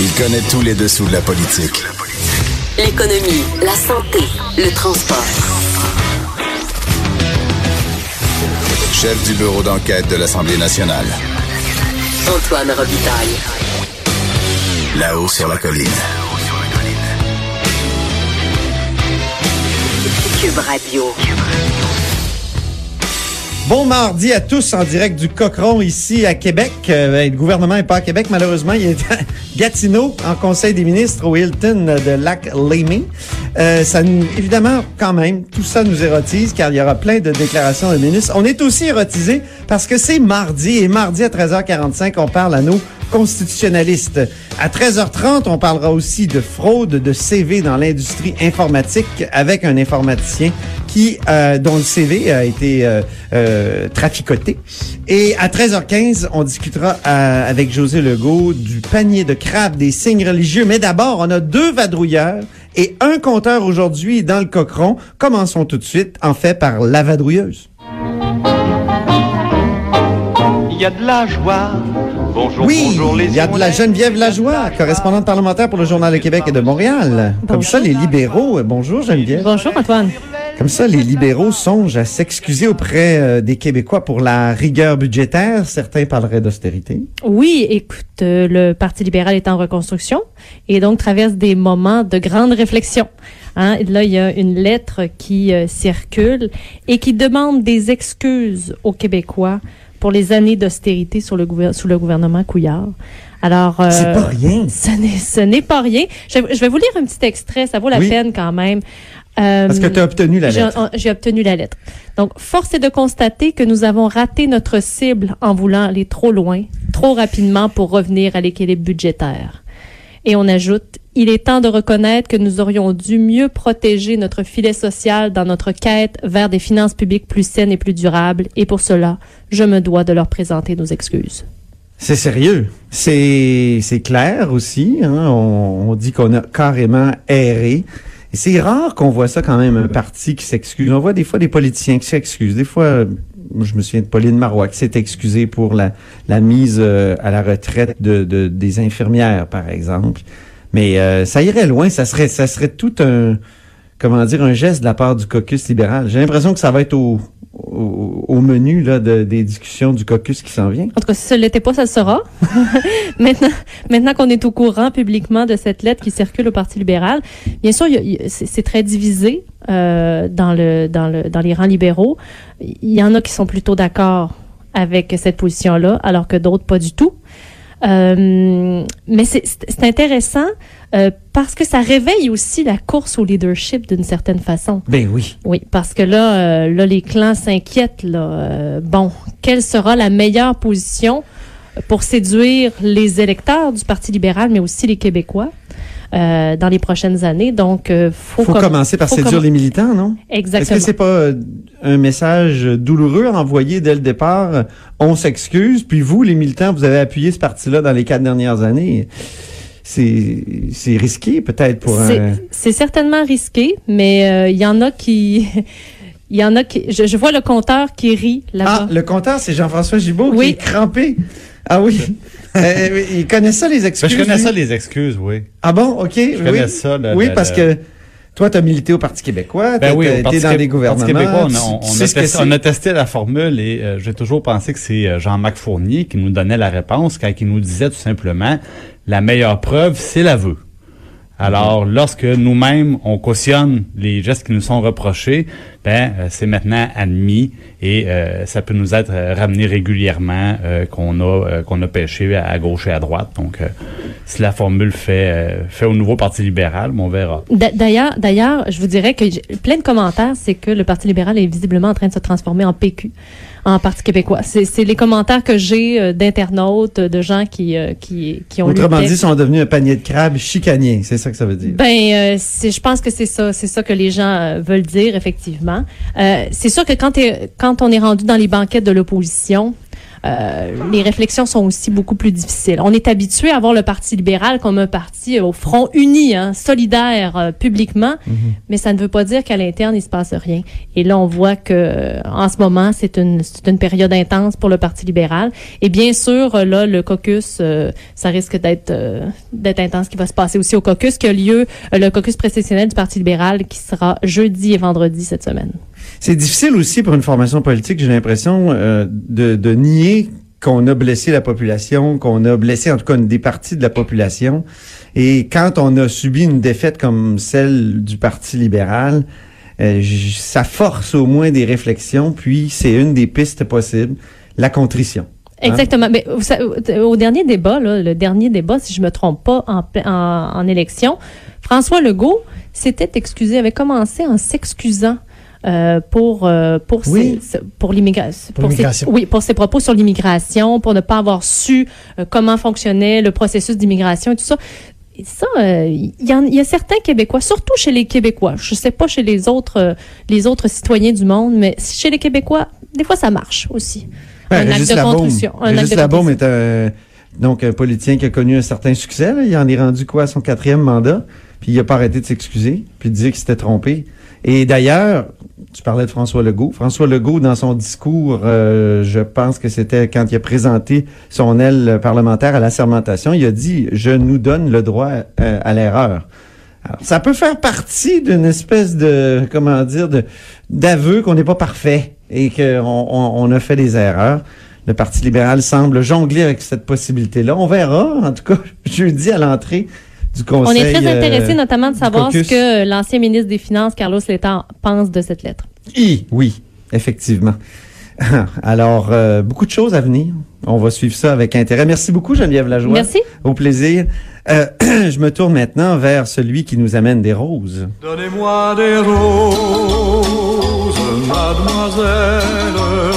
Il connaît tous les dessous de la politique. L'économie, la santé, le transport. Chef du bureau d'enquête de l'Assemblée nationale. Antoine Robitaille. Là-haut sur la colline. Cube Radio. Bon mardi à tous en direct du Cochron ici à Québec. Le gouvernement n'est pas à Québec, malheureusement. Il est à Gatineau, en Conseil des ministres au Hilton de Lac-Lémy. Évidemment, quand même, tout ça nous érotise car il y aura plein de déclarations de ministres. On est aussi érotisés parce que c'est mardi et mardi à 13h45, on parle à nos constitutionnalistes. À 13h30, on parlera aussi de fraude de CV dans l'industrie informatique avec un informaticien dont le CV a été traficoté. Et à 13h15, on discutera avec José Legault du panier de crabe des signes religieux. Mais d'abord, on a 2 vadrouilleurs et un compteur aujourd'hui dans le Cochron. Commençons tout de suite, en fait, par la vadrouilleuse. Il y a de la joie. Bonjour, oui, bonjour les il y a de la Geneviève Lajoie, correspondante parlementaire pour le Journal de Québec et de Montréal. Bonjour. Comme ça, les libéraux... Bonjour Geneviève. Bonjour Antoine. Comme ça, les libéraux songent à s'excuser auprès des Québécois pour la rigueur budgétaire. Certains parleraient d'austérité. Oui, écoute, le Parti libéral est en reconstruction et donc traverse des moments de grande réflexion. Hein? Là, il y a une lettre qui circule et qui demande des excuses aux Québécois pour les années d'austérité sous le gouvernement Couillard. Alors, c'est pas rien. Ce n'est pas rien. Je vais vous lire un petit extrait, ça vaut la peine quand même. Parce que tu as obtenu la lettre. J'ai obtenu la lettre. Donc, force est de constater que nous avons raté notre cible en voulant aller trop loin, trop rapidement pour revenir à l'équilibre budgétaire. Et on ajoute, il est temps de reconnaître que nous aurions dû mieux protéger notre filet social dans notre quête vers des finances publiques plus saines et plus durables. Et pour cela, je me dois de leur présenter nos excuses. C'est sérieux. C'est clair aussi. Hein? On dit qu'on a carrément erré. Et c'est rare qu'on voit ça quand même, un parti qui s'excuse. On voit des fois des politiciens qui s'excusent. Des fois, je me souviens de Pauline Marois qui s'est excusée pour la mise à la retraite des infirmières, par exemple. Mais ça irait loin. Ça serait tout un geste de la part du caucus libéral. J'ai l'impression que ça va être au menu là des discussions du caucus qui s'en vient. En tout cas, si ça ne l'était pas, ça le sera. Maintenant qu'on est au courant publiquement de cette lettre qui circule au Parti libéral, bien sûr, c'est très divisé dans les rangs libéraux. Il y en a qui sont plutôt d'accord avec cette position-là, alors que d'autres pas du tout. Mais c'est intéressant parce que ça réveille aussi la course au leadership d'une certaine façon. Ben oui. Oui, parce que là les clans s'inquiètent. Quelle sera la meilleure position pour séduire les électeurs du Parti libéral, mais aussi les Québécois dans les prochaines années. Donc, faut commencer par séduire les militants, non? Exactement. Est-ce que c'est pas un message douloureux envoyé dès le départ? On s'excuse, puis vous, les militants, vous avez appuyé ce parti-là dans les 4 dernières années. C'est risqué, peut-être, pour C'est certainement risqué, mais il y en a qui... Il y en a qui... Je vois le compteur qui rit là-bas. Ah, le compteur, c'est Jean-François Gibault qui est crampé. Ah oui. Il connaît ça, les excuses? Je connais ça, les excuses, oui. Ah bon? OK. Je connais ça. Parce que toi, tu as milité au Parti québécois, tu été dans des gouvernements. Au Parti québécois, on a testé la formule et j'ai toujours pensé que c'est Jean-Marc Fournier qui nous donnait la réponse quand il nous disait tout simplement la meilleure preuve, c'est l'aveu. Alors, lorsque nous-mêmes, on cautionne les gestes qui nous sont reprochés, c'est maintenant admis et ça peut nous être ramené régulièrement qu'on a péché à gauche et à droite. Donc, si la formule fait au nouveau Parti libéral, on verra. D'ailleurs, je vous dirais que plein de commentaires, c'est que le Parti libéral est visiblement en train de se transformer en PQ, en Parti québécois. C'est les commentaires que j'ai d'internautes, de gens qui ont lu. Autrement dit, ils sont devenus un panier de crabes chicanier, c'est ça que ça veut dire. Je pense que c'est ça que les gens veulent dire, effectivement. C'est sûr que quand on est rendu dans les banquettes de l'opposition, les réflexions sont aussi beaucoup plus difficiles. On est habitué à voir le Parti libéral comme un parti au front uni, solidaire publiquement, mais ça ne veut pas dire qu'à l'interne, il se passe rien. Et là, on voit que en ce moment, c'est une période intense pour le Parti libéral. Et bien sûr, là, le caucus, ça risque d'être intense, qui va se passer aussi au caucus qui a lieu, le caucus précessionnel du Parti libéral, qui sera jeudi et vendredi cette semaine. C'est difficile aussi pour une formation politique, j'ai l'impression, de nier qu'on a blessé la population, qu'on a blessé en tout cas des parties de la population. Et quand on a subi une défaite comme celle du Parti libéral, ça force au moins des réflexions, puis c'est une des pistes possibles, la contrition. Exactement. Mais au dernier débat, le dernier débat, si je me trompe pas, en élection, François Legault s'était excusé, avait commencé en s'excusant pour l'immigration. Pour ses propos sur l'immigration, pour ne pas avoir su comment fonctionnait le processus d'immigration et tout ça. Et ça, il y a certains Québécois, surtout chez les Québécois, je sais pas chez les autres citoyens du monde, mais chez les Québécois, des fois ça marche aussi. Un acte de contrition. Régis Labaume est un politicien qui a connu un certain succès. Là. Il en est rendu à son 4e mandat, puis il n'a pas arrêté de s'excuser, puis de dire qu'il s'était trompé. Et d'ailleurs, tu parlais de François Legault. François Legault, dans son discours, je pense que c'était quand il a présenté son aile parlementaire à l'assermentation, il a dit « Je nous donne le droit à l'erreur ». Alors, ça peut faire partie d'une espèce de, d'aveu qu'on n'est pas parfait et qu'on a fait des erreurs. Le Parti libéral semble jongler avec cette possibilité-là. On verra, en tout cas, jeudi à l'entrée du Conseil. On est très intéressés notamment de savoir ce que l'ancien ministre des Finances, Carlos Letang, pense de cette lettre. Oui, effectivement. Alors, beaucoup de choses à venir. On va suivre ça avec intérêt. Merci beaucoup, Geneviève Lajoie. Merci. Au plaisir. Je me tourne maintenant vers celui qui nous amène des roses. Donnez-moi des roses, mademoiselle,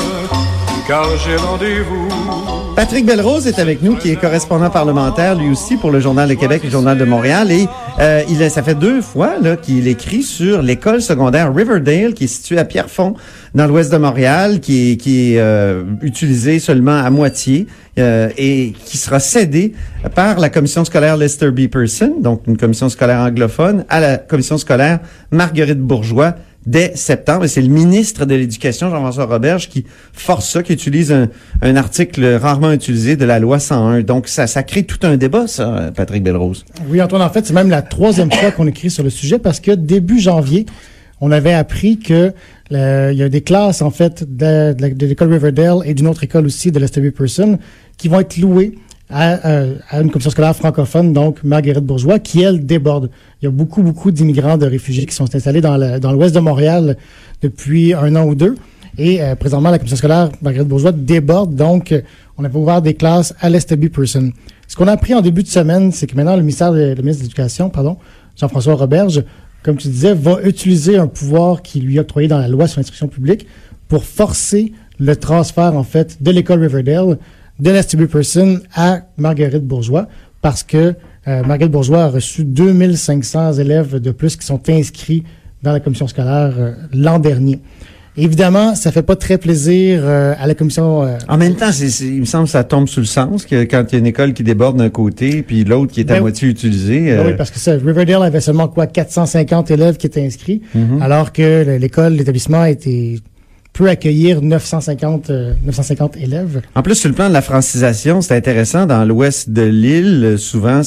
car j'ai rendez-vous. Patrick Belrose est avec nous, qui est correspondant parlementaire, lui aussi, pour le Journal de Québec et le Journal de Montréal. Et ça fait 2 fois qu'il écrit sur l'école secondaire Riverdale, qui est située à Pierrefonds, dans l'ouest de Montréal, qui est utilisée seulement à moitié et qui sera cédée par la commission scolaire Lester B. Pearson, donc une commission scolaire anglophone, à la commission scolaire Marguerite Bourgeois, dès septembre. Et c'est le ministre de l'Éducation, Jean-François Roberge, qui force ça, qui utilise un article rarement utilisé de la loi 101. Donc, ça crée tout un débat, ça, Patrick Belrose. Oui, Antoine, en fait, c'est même la 3e fois qu'on écrit sur le sujet parce que début janvier, on avait appris que il y a des classes, en fait, de l'école Riverdale et d'une autre école aussi, de Lester B. Pearson, qui vont être louées à une commission scolaire francophone, donc Marguerite Bourgeois, qui, elle, déborde. Il y a beaucoup d'immigrants, de réfugiés qui sont installés dans l'ouest de Montréal depuis 1 an ou 2. Et présentement, la commission scolaire Marguerite Bourgeois déborde, donc on a ouvert des classes à Lester B. Pearson. Ce qu'on a appris en début de semaine, c'est que maintenant le ministre de l'Éducation, Jean-François Roberge, comme tu disais, va utiliser un pouvoir qui lui est octroyé dans la loi sur l'instruction publique pour forcer le transfert, en fait, de l'école Riverdale de Lester B. Pearson à Marguerite Bourgeois, parce que Marguerite Bourgeois a reçu 2500 élèves de plus qui sont inscrits dans la commission scolaire l'an dernier. Évidemment, ça fait pas très plaisir à la commission... En même temps, il me semble que ça tombe sous le sens, que quand il y a une école qui déborde d'un côté, puis l'autre qui est à moitié utilisée... Oui, parce que Riverdale avait seulement 450 élèves qui étaient inscrits, alors que l'établissement peut accueillir 950 élèves. En plus, sur le plan de la francisation, c'est intéressant. Dans l'ouest de l'île, souvent,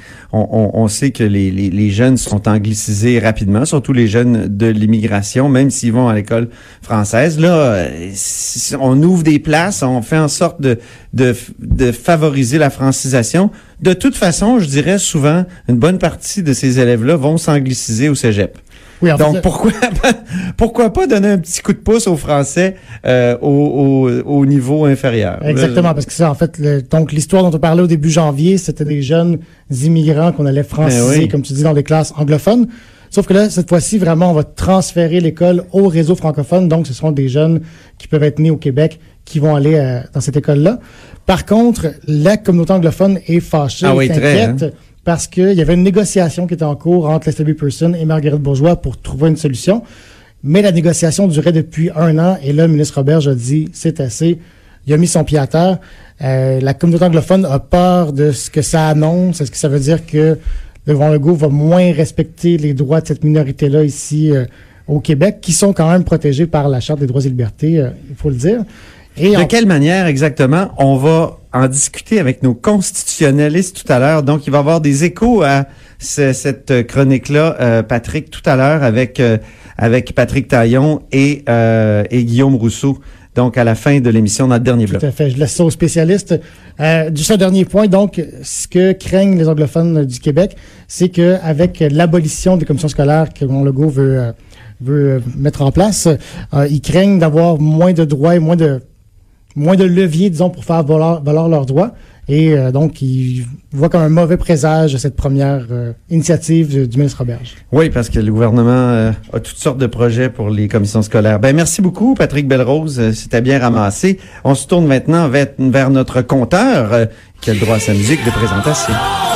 on sait que les jeunes sont anglicisés rapidement, surtout les jeunes de l'immigration, même s'ils vont à l'école française. Là, on ouvre des places, on fait en sorte de favoriser la francisation. De toute façon, je dirais souvent, une bonne partie de ces élèves-là vont s'angliciser au cégep. Oui, donc, pourquoi pas donner un petit coup de pouce aux Français au niveau inférieur? Exactement, parce que ça, en fait, donc l'histoire dont on parlait au début janvier, c'était des jeunes immigrants qu'on allait franciser, comme tu dis, dans les classes anglophones. Sauf que là, cette fois-ci, vraiment, on va transférer l'école au réseau francophone. Donc, ce seront des jeunes qui peuvent être nés au Québec qui vont aller dans cette école-là. Par contre, la communauté anglophone est fâchée, est inquiète. Parce qu'il y avait une négociation qui était en cours entre Lester B. Pearson et Marguerite Bourgeois pour trouver une solution. Mais la négociation durait depuis 1 an et là, le ministre Roberge a dit, c'est assez, il a mis son pied à terre. La communauté anglophone a peur de ce que ça annonce. Est-ce que ça veut dire que le gouvernement Legault va moins respecter les droits de cette minorité-là ici au Québec, qui sont quand même protégés par la Charte des droits et libertés, il faut le dire. Et de quelle manière exactement? On va en discuter avec nos constitutionnalistes tout à l'heure. Donc, il va y avoir des échos à cette chronique-là, Patrick, tout à l'heure avec Patrick Taillon et Guillaume Rousseau. Donc, à la fin de l'émission, dans le dernier bloc. Tout à fait. Je laisse ça aux spécialistes. Juste un dernier point. Donc, ce que craignent les anglophones du Québec, c'est que avec l'abolition des commissions scolaires que mon Legault veut mettre en place, ils craignent d'avoir moins de droits et moins de leviers, disons, pour faire valoir leurs droits. Et donc, il voit comme un mauvais présage cette première initiative du ministre Roberge. Oui, parce que le gouvernement a toutes sortes de projets pour les commissions scolaires. Ben, merci beaucoup, Patrick Belrose. C'était bien ramassé. On se tourne maintenant vers notre compteur qui a le droit à sa musique de présentation.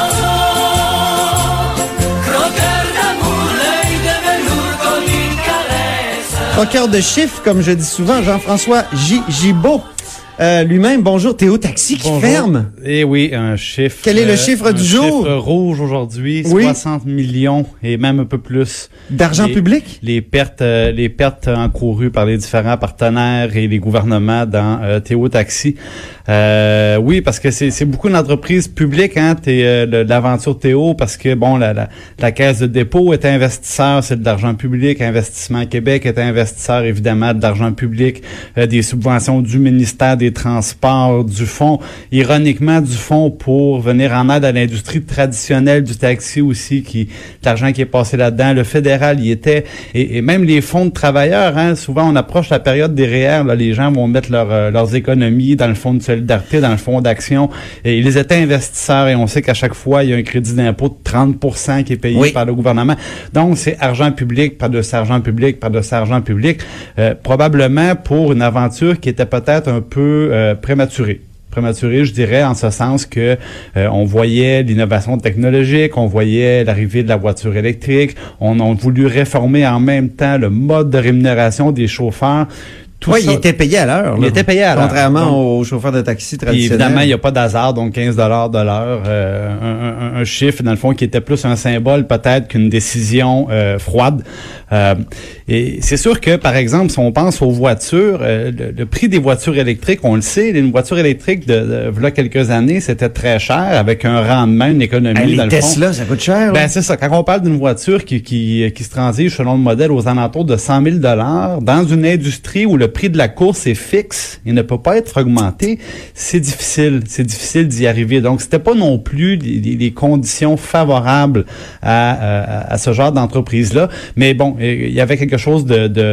Croqueur de chiffres, comme je dis souvent, Jean-François Gibault. Lui-même, bonjour, Théo Taxi qui ferme. Eh oui, un chiffre. Quel est le chiffre du jour? Chiffre rouge aujourd'hui, oui. 60 millions et même un peu plus. D'argent public? Les pertes encourues par les différents partenaires et les gouvernements dans Théo Taxi. Oui, parce que c'est beaucoup d'entreprises publiques, hein, l'aventure Théo, parce que bon, la Caisse de dépôt est investisseur, c'est de l'argent public. Investissement Québec est investisseur, évidemment, de l'argent public, des subventions du ministère des Transports, du fonds, ironiquement du fonds pour venir en aide à l'industrie traditionnelle du taxi aussi, l'argent qui est passé là-dedans. Le fédéral y était, et même les fonds de travailleurs, hein, souvent on approche la période des REER, là, les gens vont mettre leurs économies dans le fonds de solidarité, dans le fonds d'action, et ils étaient investisseurs, et on sait qu'à chaque fois, il y a un crédit d'impôt de 30% qui est payé par le gouvernement. Donc, c'est argent public, par-dessus argent public, par-dessus argent public, probablement pour une aventure qui était peut-être un peu prématurée, je dirais, en ce sens que on voyait l'innovation technologique, on voyait l'arrivée de la voiture électrique, on a voulu réformer en même temps le mode de rémunération des chauffeurs. Oui, il était payé à l'heure. Il était payé à l'heure. Contrairement aux chauffeurs de taxi traditionnels. Évidemment, il n'y a pas d'hasard, donc 15 $ de l'heure. Un chiffre, dans le fond, qui était plus un symbole peut-être qu'une décision froide. Et c'est sûr que, par exemple, si on pense aux voitures, le prix des voitures électriques, on le sait, une voiture électrique de là quelques années, c'était très cher, avec un rendement, une économie, dans le fond. Les Tesla, ça coûte cher. Ben, c'est ça. Quand on parle d'une voiture qui se transige selon le modèle aux alentours de 100 000 $, dans une industrie où le prix de la course est fixe et ne peut pas être augmenté, c'est difficile d'y arriver. Donc, c'était pas non plus les conditions favorables à ce genre d'entreprise-là. Mais bon, il y avait quelque chose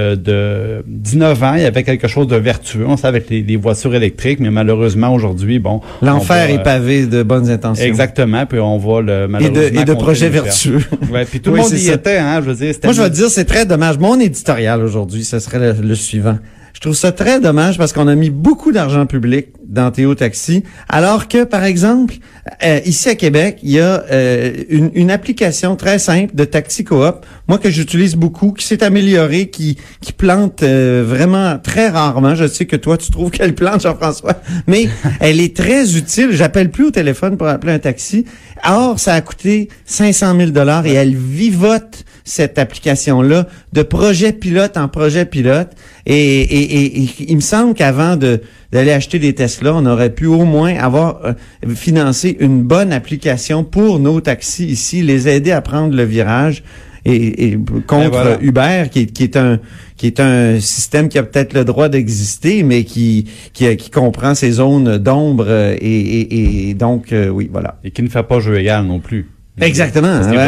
d'innovant, il y avait quelque chose de vertueux, on sait, avec les voitures électriques, mais malheureusement, aujourd'hui, bon... L'enfer est pavé de bonnes intentions. Exactement, puis on va malheureusement... Et de projets vertueux. Ouais, puis tout le monde y était, hein, je veux dire... Moi, je vais te dire, c'est très dommage. Mon éditorial aujourd'hui, ce serait le suivant. Je trouve ça très dommage parce qu'on a mis beaucoup d'argent public dans Théo Taxi, alors que, par exemple, ici à Québec, il y a une application très simple de taxi coop, moi que j'utilise beaucoup, qui s'est améliorée, qui plante vraiment très rarement. Je sais que toi, tu trouves qu'elle plante, Jean-François, mais elle est très utile. J'appelle plus au téléphone pour appeler un taxi. Or, ça a coûté 500 000 $ et elle vivote cette application-là de projet pilote en projet pilote. Et il me semble qu'avant d'aller acheter des Tesla, on aurait pu au moins avoir financé une bonne application pour nos taxis ici, les aider à prendre le virage et contre voilà. Uber, qui est un système qui a peut-être le droit d'exister, mais qui comprend ces zones d'ombre et donc oui, voilà. Et qui ne fait pas jeu égal non plus. Exactement.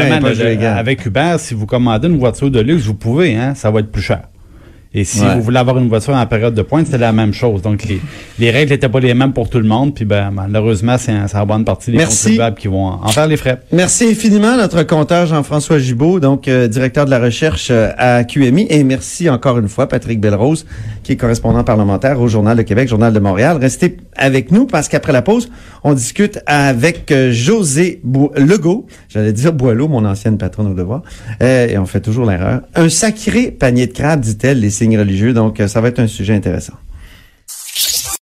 Avec Uber, si vous commandez une voiture de luxe, vous pouvez, hein, ça va être plus cher. Et si vous voulez avoir une voiture en période de pointe, c'était la même chose. Donc, les règles n'étaient pas les mêmes pour tout le monde. Puis, malheureusement, c'est en bonne partie les contribuables qui vont en faire les frais. Merci infiniment, notre compteur Jean-François Gibault, donc directeur de la recherche à QMI. Et merci encore une fois, Patrick Belrose, qui est correspondant parlementaire au Journal de Québec, Journal de Montréal. Restez avec nous parce qu'après la pause, on discute avec José Legault. J'allais dire Boileau, mon ancienne patronne au devoir. Et on fait toujours l'erreur. Un sacré panier de crabes, dit-elle, les signes religieux. Donc, ça va être un sujet intéressant.